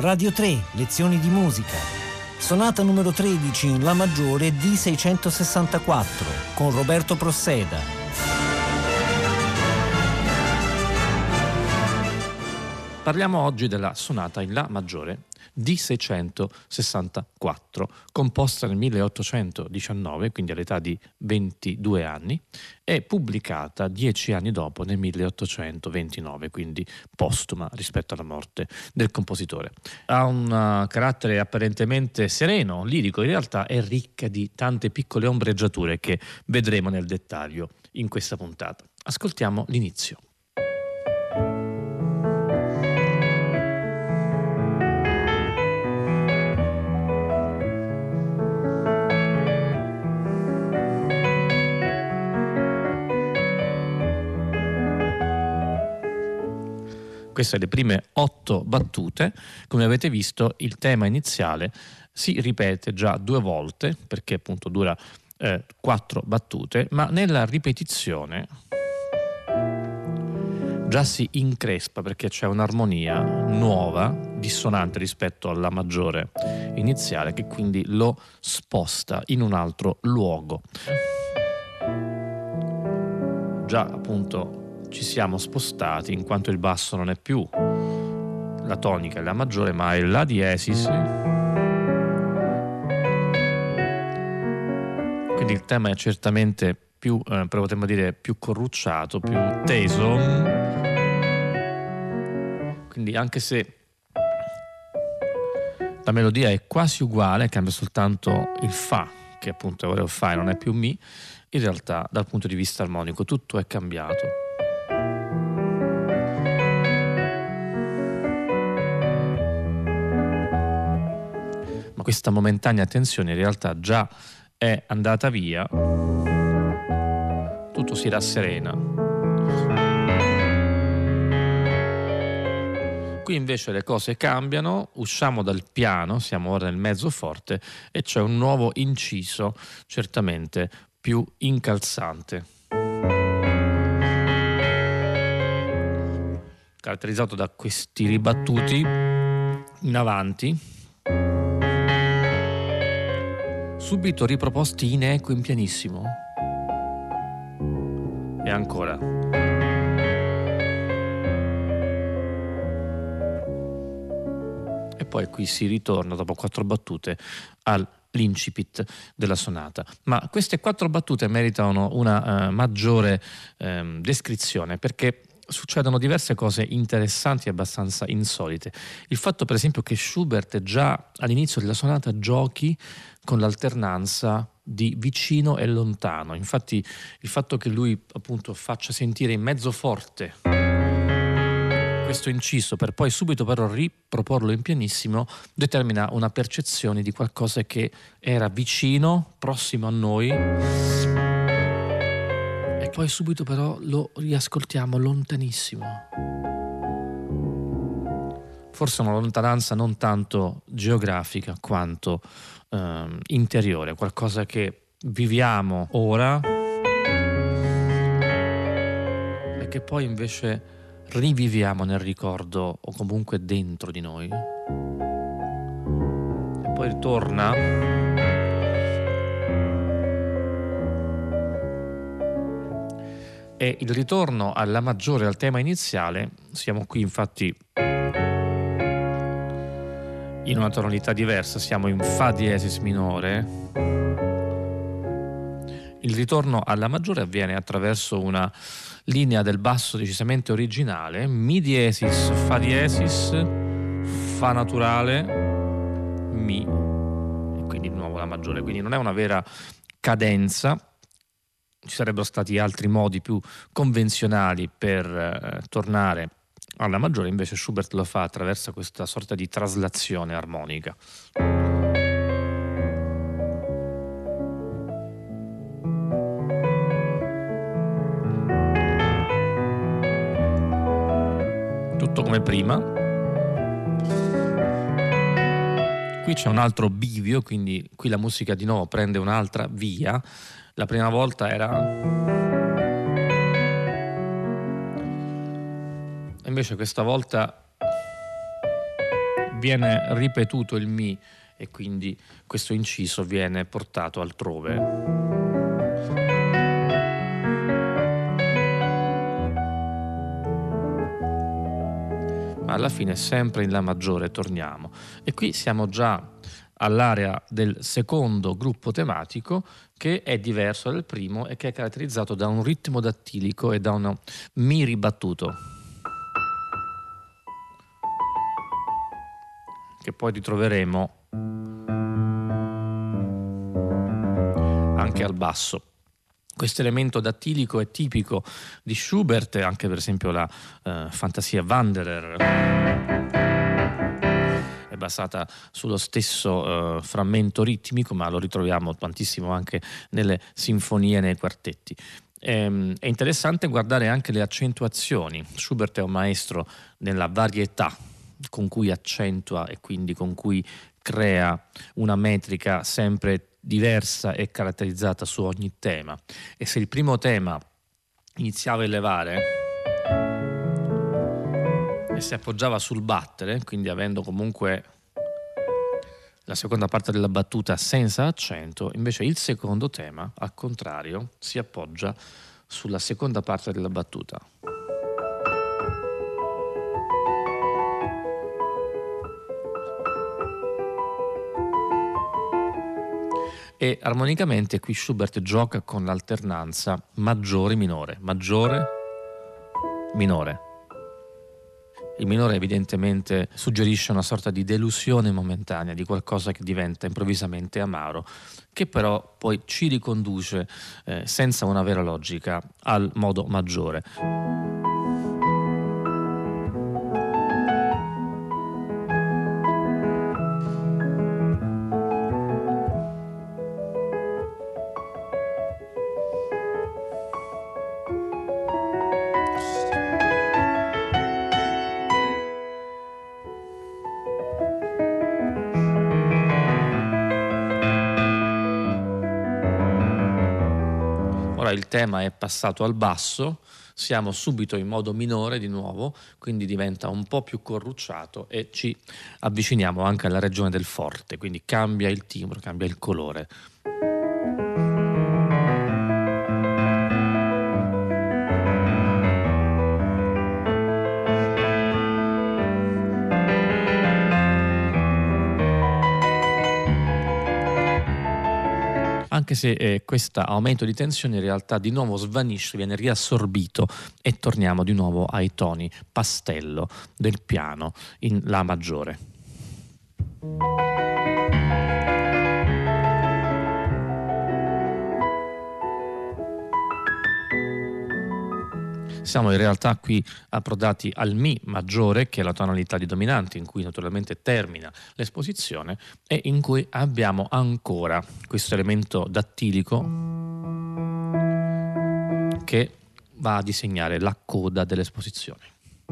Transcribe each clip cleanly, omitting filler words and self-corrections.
Radio 3, lezioni di musica. Sonata numero 13 in La maggiore D664 con Roberto Prosseda. Parliamo oggi della sonata in La maggiore D664, composta nel 1819, quindi all'età di 22 anni, e pubblicata 10 anni dopo, nel 1829, quindi postuma rispetto alla morte del compositore. Ha un carattere apparentemente sereno, lirico, in realtà è ricca di tante piccole ombreggiature che vedremo nel dettaglio in questa puntata. Ascoltiamo l'inizio. Queste le prime 8 battute. Come avete visto, il tema iniziale si ripete già 2 volte, perché appunto dura 4 battute, ma nella ripetizione già si increspa perché c'è un'armonia nuova, dissonante rispetto alla maggiore iniziale, che quindi lo sposta in un altro luogo. Già appunto ci siamo spostati, in quanto il basso non è più la tonica e la maggiore, ma è la diesis. Quindi il tema è certamente più, potremmo dire, più corrucciato, più teso. Quindi anche se la melodia è quasi uguale, cambia soltanto il fa, che appunto ora è fa e non è più mi, in realtà dal punto di vista armonico tutto è cambiato. Questa momentanea tensione in realtà già è andata via, tutto si rasserena. Qui invece le cose cambiano, usciamo dal piano, siamo ora nel mezzo forte e c'è un nuovo inciso certamente più incalzante, caratterizzato da questi ribattuti in avanti, subito riproposti in eco in pianissimo. E ancora. E poi qui si ritorna dopo 4 battute all'incipit della sonata. Ma queste 4 battute meritano una maggiore descrizione, perché succedono diverse cose interessanti e abbastanza insolite. Il fatto per esempio che Schubert già all'inizio della sonata giochi con l'alternanza di vicino e lontano. Infatti il fatto che lui appunto faccia sentire in mezzo forte questo inciso per poi subito però riproporlo in pianissimo determina una percezione di qualcosa che era vicino, prossimo a noi, e poi subito però lo riascoltiamo lontanissimo. Forse una lontananza non tanto geografica quanto interiore, qualcosa che viviamo ora e che poi invece riviviamo nel ricordo o comunque dentro di noi. E poi ritorna e il ritorno alla maggiore, al tema iniziale, siamo qui infatti in una tonalità diversa, siamo in fa diesis minore. Il ritorno alla maggiore avviene attraverso una linea del basso decisamente originale, mi diesis, fa diesis, fa naturale, mi, e quindi di nuovo la maggiore. Quindi non è una vera cadenza, ci sarebbero stati altri modi più convenzionali per tornare alla maggiore, invece Schubert lo fa attraverso questa sorta di traslazione armonica. Tutto come prima. Qui c'è un altro bivio, quindi qui la musica di nuovo prende un'altra via. La prima volta era... Invece questa volta viene ripetuto il Mi e quindi questo inciso viene portato altrove. Ma alla fine sempre in La maggiore torniamo, e qui siamo già all'area del secondo gruppo tematico, che è diverso dal primo e che è caratterizzato da un ritmo dattilico e da un Mi ribattuto, che poi ritroveremo anche al basso. Questo elemento dattilico è tipico di Schubert, anche per esempio la Fantasia Wanderer è basata sullo stesso frammento ritmico, ma lo ritroviamo tantissimo anche nelle sinfonie e nei quartetti. È interessante guardare anche le accentuazioni. Schubert è un maestro nella varietà con cui accentua e quindi con cui crea una metrica sempre diversa e caratterizzata su ogni tema. E se il primo tema iniziava a elevare e si appoggiava sul battere, quindi avendo comunque la seconda parte della battuta senza accento, invece il secondo tema, al contrario, si appoggia sulla seconda parte della battuta. E armonicamente qui Schubert gioca con l'alternanza maggiore-minore, maggiore-minore. Il minore evidentemente suggerisce una sorta di delusione momentanea, di qualcosa che diventa improvvisamente amaro, che però poi ci riconduce senza una vera logica al modo maggiore. Il tema è passato al basso, siamo subito in modo minore di nuovo, quindi diventa un po' più corrucciato e ci avviciniamo anche alla regione del forte, quindi cambia il timbro, cambia il colore. Anche se questo aumento di tensione in realtà di nuovo svanisce, viene riassorbito e torniamo di nuovo ai toni pastello del piano in La maggiore. Siamo in realtà qui approdati al Mi maggiore, che è la tonalità di dominante in cui naturalmente termina l'esposizione e in cui abbiamo ancora questo elemento dattilico che va a disegnare la coda dell'esposizione.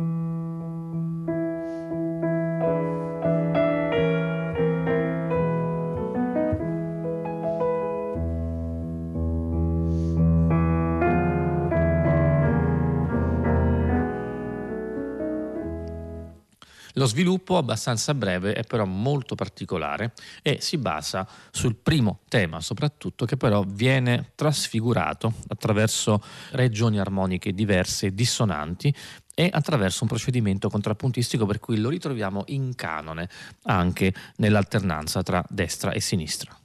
Lo sviluppo, abbastanza breve, è però molto particolare e si basa sul primo tema soprattutto, che però viene trasfigurato attraverso regioni armoniche diverse e dissonanti e attraverso un procedimento contrappuntistico per cui lo ritroviamo in canone anche nell'alternanza tra destra e sinistra.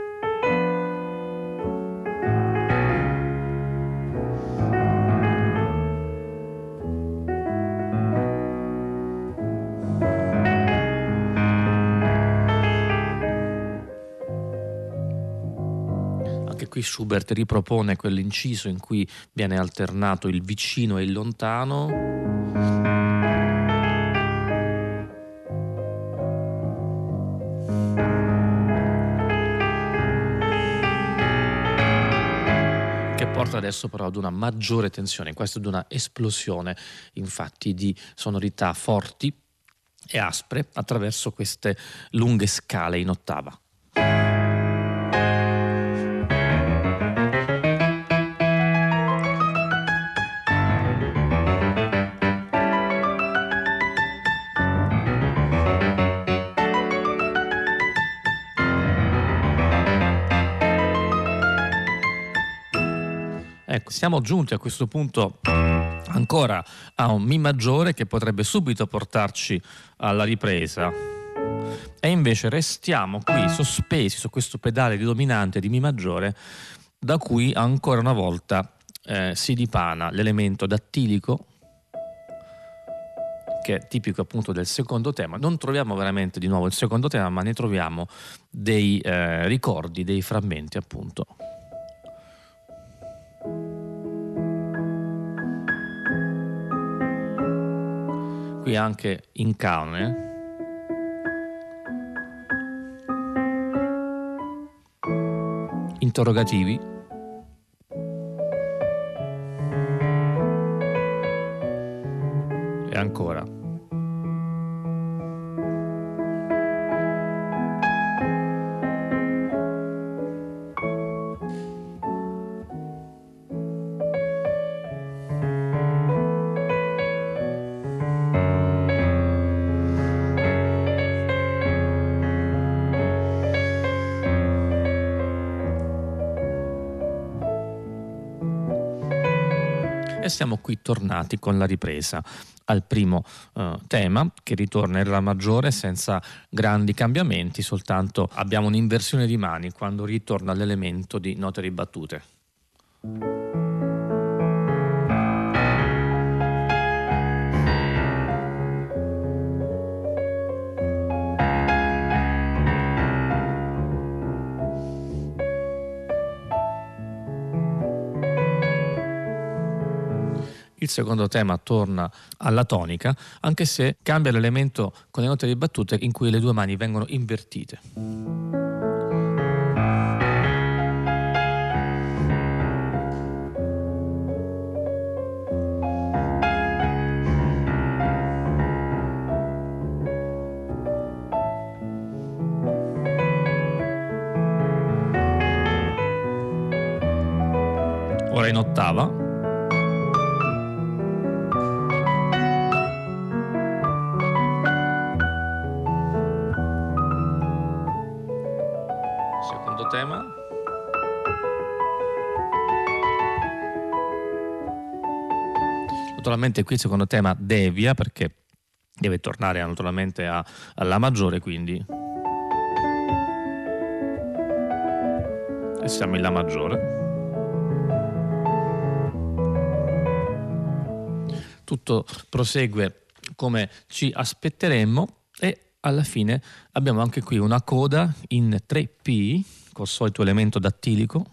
Qui Schubert ripropone quell'inciso in cui viene alternato il vicino e il lontano. Che porta adesso però ad una maggiore tensione, questo ad una esplosione infatti di sonorità forti e aspre attraverso queste lunghe scale in ottava. Ecco, siamo giunti a questo punto ancora a un Mi maggiore che potrebbe subito portarci alla ripresa, e invece restiamo qui sospesi su questo pedale di dominante di Mi maggiore, da cui ancora una volta si dipana l'elemento dattilico, che è tipico appunto del secondo tema. Non troviamo veramente di nuovo il secondo tema, ma ne troviamo dei ricordi, dei frammenti appunto. Qui anche in canone interrogativi, e ancora e siamo qui tornati con la ripresa al primo tema, che ritorna in La maggiore senza grandi cambiamenti, soltanto abbiamo un'inversione di mani quando ritorna l'elemento di note ribattute. Il secondo tema torna alla tonica, anche se cambia l'elemento con le note ribattute in cui le due mani vengono invertite. Ora in ottava. Tema. Naturalmente qui il secondo tema devia, perché deve tornare naturalmente alla maggiore, quindi e siamo in La maggiore. Tutto prosegue come ci aspetteremmo e alla fine abbiamo anche qui una coda in 3P col solito elemento dattilico.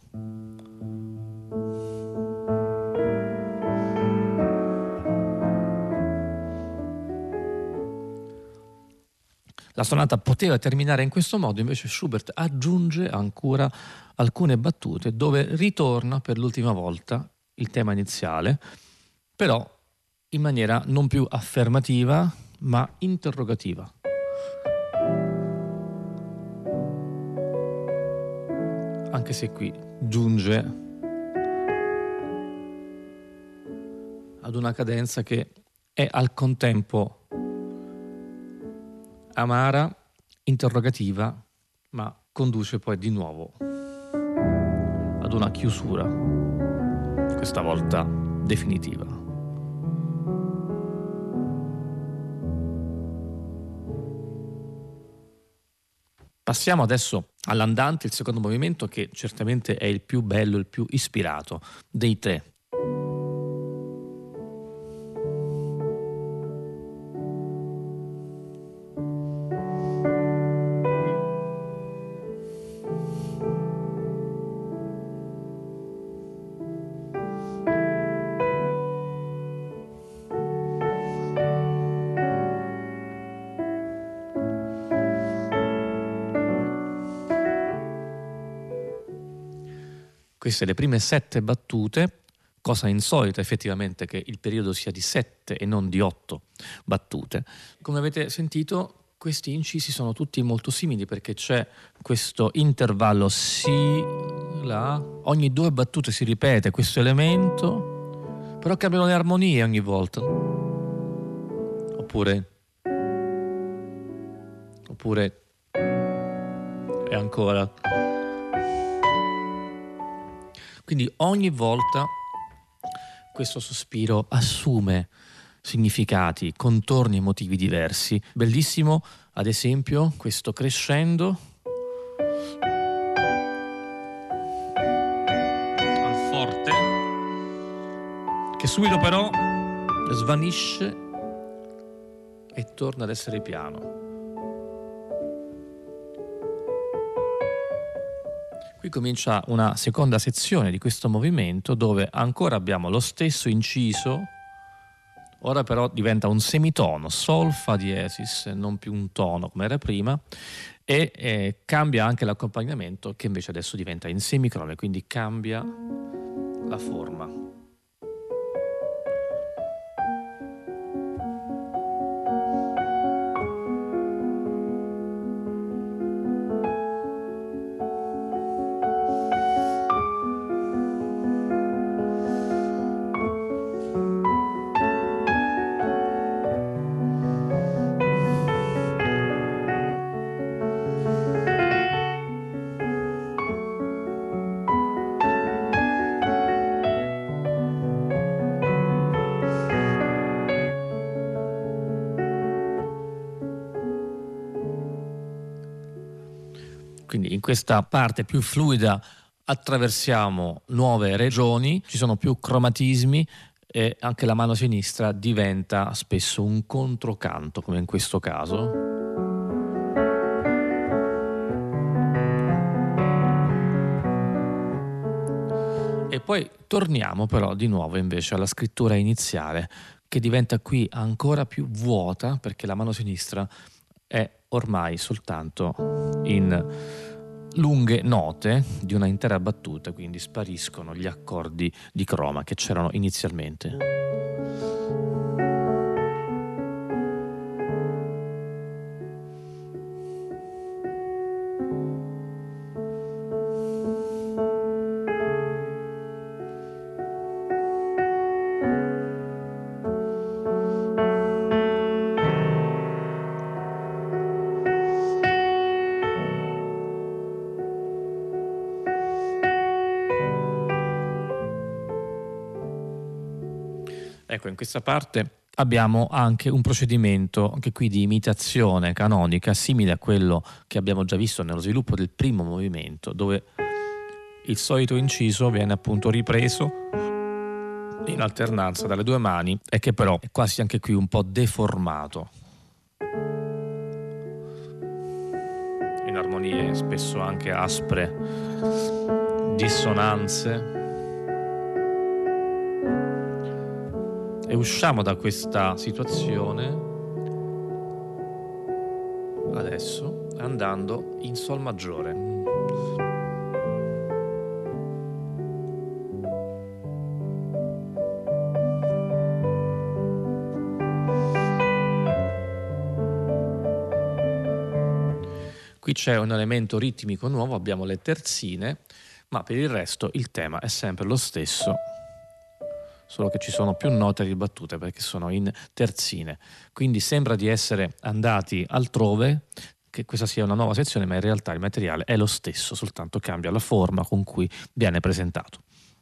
La sonata poteva terminare in questo modo, invece Schubert aggiunge ancora alcune battute dove ritorna per l'ultima volta il tema iniziale, però in maniera non più affermativa ma interrogativa. Anche se qui giunge ad una cadenza che è al contempo amara, interrogativa, ma conduce poi di nuovo ad una chiusura, questa volta definitiva. Passiamo adesso all'andante, il secondo movimento, che certamente è il più bello, il più ispirato dei tre. Queste le prime 7 battute, cosa insolita effettivamente che il periodo sia di 7 e non di 8 battute. Come avete sentito, questi incisi sono tutti molto simili perché c'è questo intervallo si, la, ogni 2 battute si ripete questo elemento, però cambiano le armonie ogni volta. Oppure e ancora. Quindi ogni volta questo sospiro assume significati, contorni emotivi diversi. Bellissimo, ad esempio, questo crescendo al forte, che subito però svanisce e torna ad essere piano. Qui comincia una seconda sezione di questo movimento dove ancora abbiamo lo stesso inciso, ora però diventa un semitono, sol fa diesis, non più un tono come era prima, e cambia anche l'accompagnamento, che invece adesso diventa in semicrome, quindi cambia la forma. Quindi in questa parte più fluida attraversiamo nuove regioni, ci sono più cromatismi e anche la mano sinistra diventa spesso un controcanto, come in questo caso. E poi torniamo però di nuovo invece alla scrittura iniziale, che diventa qui ancora più vuota perché la mano sinistra è ormai soltanto in lunghe note di una intera battuta, quindi spariscono gli accordi di croma che c'erano inizialmente. Ecco, in questa parte abbiamo anche un procedimento, anche qui di imitazione canonica, simile a quello che abbiamo già visto nello sviluppo del primo movimento, dove il solito inciso viene appunto ripreso in alternanza dalle due mani e che però è quasi anche qui un po' deformato, in armonie spesso anche aspre, dissonanze. E usciamo da questa situazione adesso andando in sol maggiore. Qui c'è un elemento ritmico nuovo, abbiamo le terzine, ma per il resto il tema è sempre lo stesso, solo che ci sono più note ribattute perché sono in terzine. Quindi sembra di essere andati altrove, che questa sia una nuova sezione, ma in realtà il materiale è lo stesso, soltanto cambia la forma con cui viene presentato.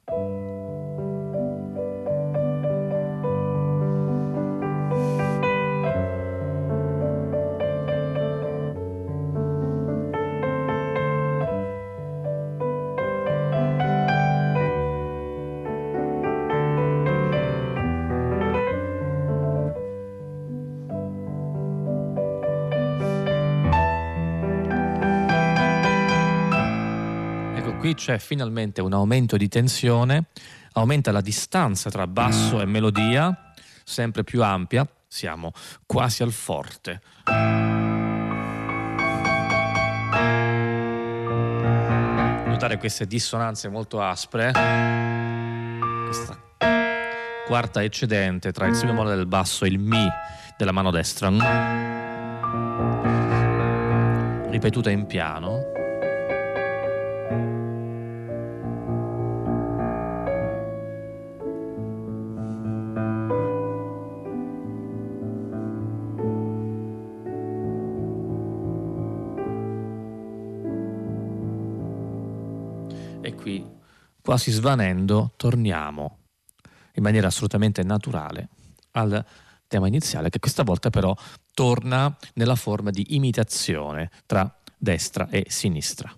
Qui c'è finalmente un aumento di tensione, aumenta la distanza tra basso e melodia, sempre più ampia, siamo quasi al forte. Notare queste dissonanze molto aspre, questa quarta eccedente tra il si bemolle del basso e il mi della mano destra, ripetuta in piano. E qui, quasi svanendo, torniamo in maniera assolutamente naturale al tema iniziale, che questa volta però torna nella forma di imitazione tra destra e sinistra.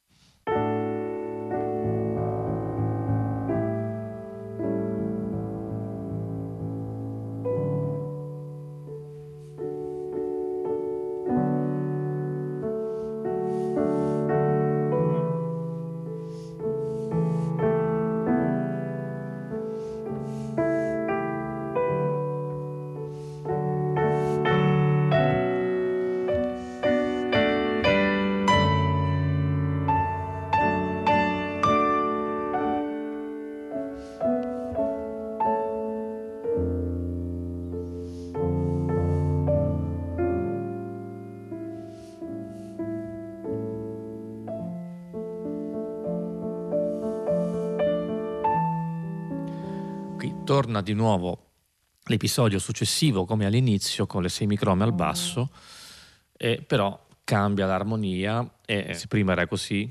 Torna di nuovo l'episodio successivo come all'inizio con le semicrome al basso, però cambia l'armonia e se prima era così,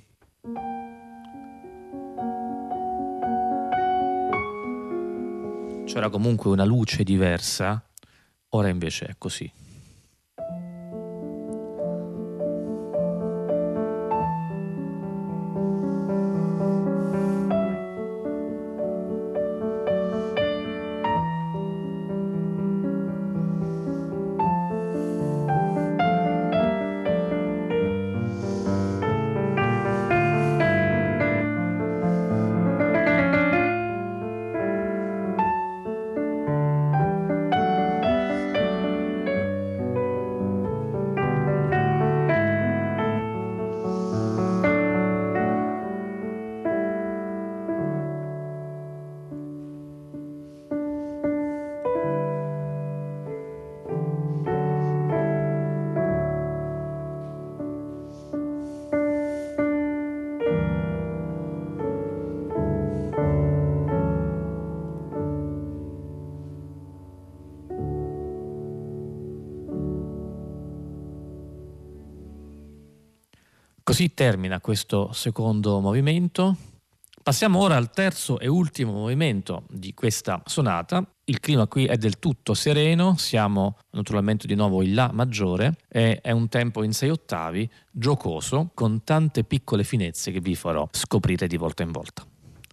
c'era comunque una luce diversa, ora invece è così. Così termina questo secondo movimento. Passiamo ora al terzo e ultimo movimento di questa sonata. Il clima qui è del tutto sereno, siamo naturalmente di nuovo in La maggiore, è un tempo in 6 ottavi, giocoso, con tante piccole finezze che vi farò scoprire di volta in volta.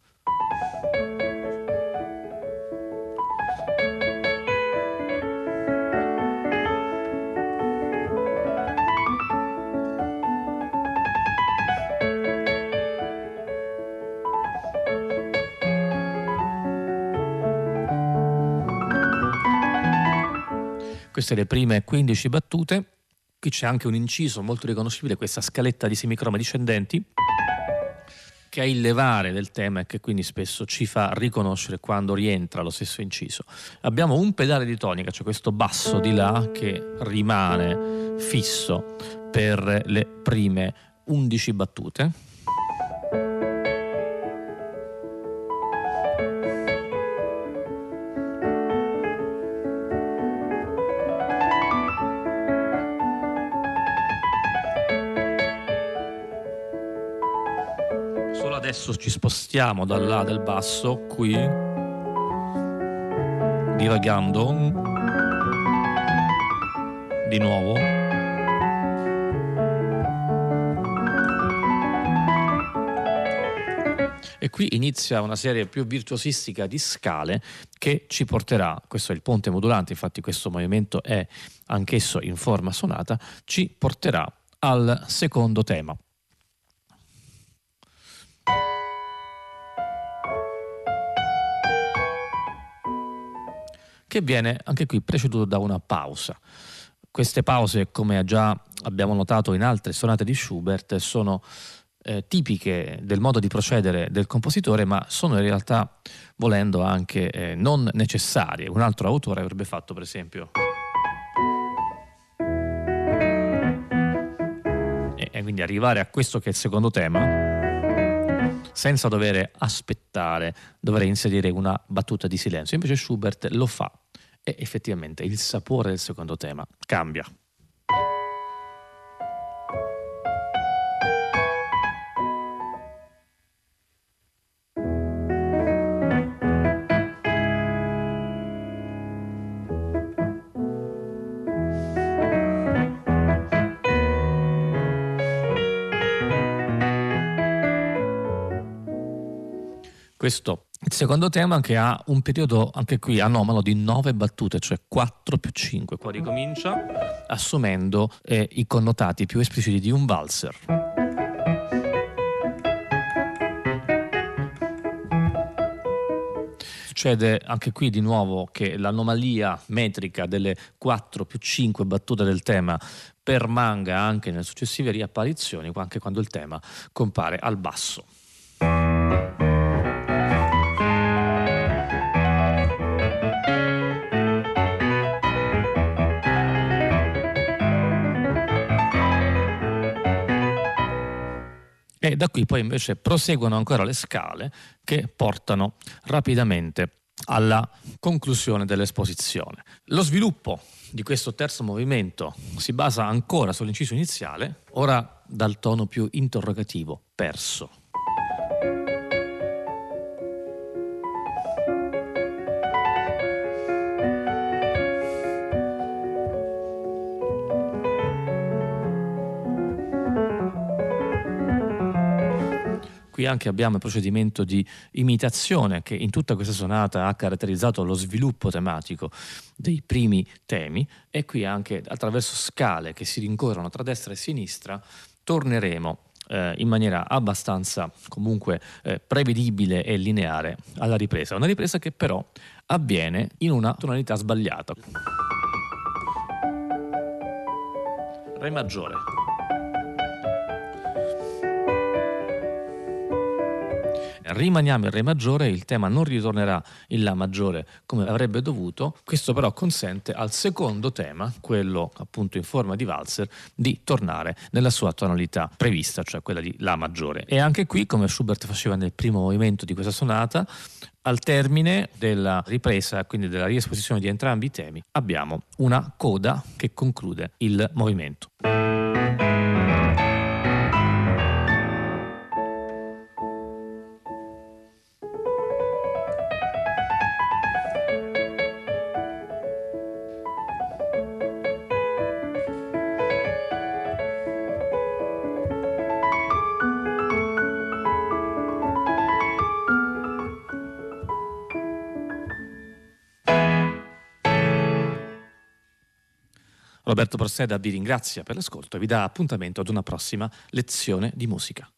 Queste le prime 15 battute. Qui c'è anche un inciso molto riconoscibile, questa scaletta di semicroma discendenti, che è il levare del tema e che quindi spesso ci fa riconoscere quando rientra lo stesso inciso. Abbiamo un pedale di tonica, cioè questo basso di La che rimane fisso per le prime 11 battute. Adesso ci spostiamo dal La del basso, qui, divagando, di nuovo. E qui inizia una serie più virtuosistica di scale che ci porterà, questo è il ponte modulante, infatti questo movimento è anch'esso in forma sonata, ci porterà al secondo tema. Che viene anche qui preceduto da una pausa. Queste pause, come già abbiamo notato in altre sonate di Schubert, sono tipiche del modo di procedere del compositore, ma sono in realtà, volendo, anche non necessarie. Un altro autore avrebbe fatto, per esempio, e quindi arrivare a questo che è il secondo tema senza dover aspettare, dover inserire una battuta di silenzio. Invece Schubert lo fa e effettivamente il sapore del secondo tema cambia. Questo il secondo tema, che ha un periodo anche qui anomalo di 9 battute, cioè 4 più 5. Qua ricomincia assumendo i connotati più espliciti di un valzer. Succede anche qui di nuovo che l'anomalia metrica delle 4 più 5 battute del tema permanga anche nelle successive riapparizioni, anche quando il tema compare al basso. E da qui poi invece proseguono ancora le scale che portano rapidamente alla conclusione dell'esposizione. Lo sviluppo di questo terzo movimento si basa ancora sull'inciso iniziale, ora dal tono più interrogativo, perso. Qui anche abbiamo il procedimento di imitazione che in tutta questa sonata ha caratterizzato lo sviluppo tematico dei primi temi, e qui anche attraverso scale che si rincorrono tra destra e sinistra torneremo in maniera abbastanza comunque prevedibile e lineare alla ripresa. Una ripresa che però avviene in una tonalità sbagliata. Re maggiore. Rimaniamo in Re maggiore, il tema non ritornerà in La maggiore come avrebbe dovuto. Questo però consente al secondo tema, quello appunto in forma di valzer, di tornare nella sua tonalità prevista, cioè quella di La maggiore. E anche qui, come Schubert faceva nel primo movimento di questa sonata, al termine della ripresa, quindi della riesposizione di entrambi i temi, abbiamo una coda che conclude il movimento. Roberto Porseda vi ringrazia per l'ascolto e vi dà appuntamento ad una prossima lezione di musica.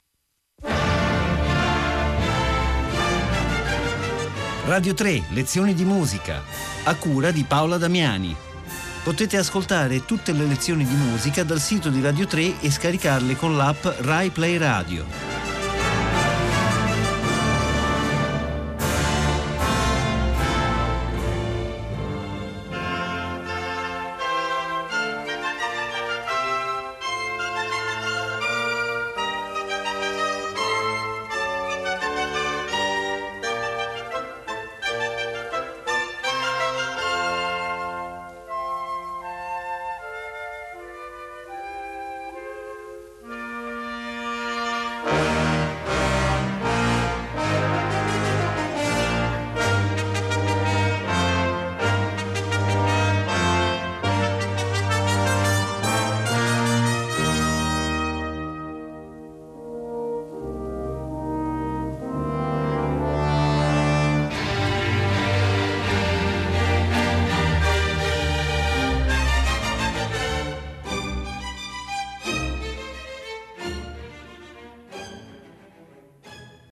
Radio 3, lezioni di musica, a cura di Paola Damiani. Potete ascoltare tutte le lezioni di musica dal sito di Radio 3 e scaricarle con l'app Rai Play Radio.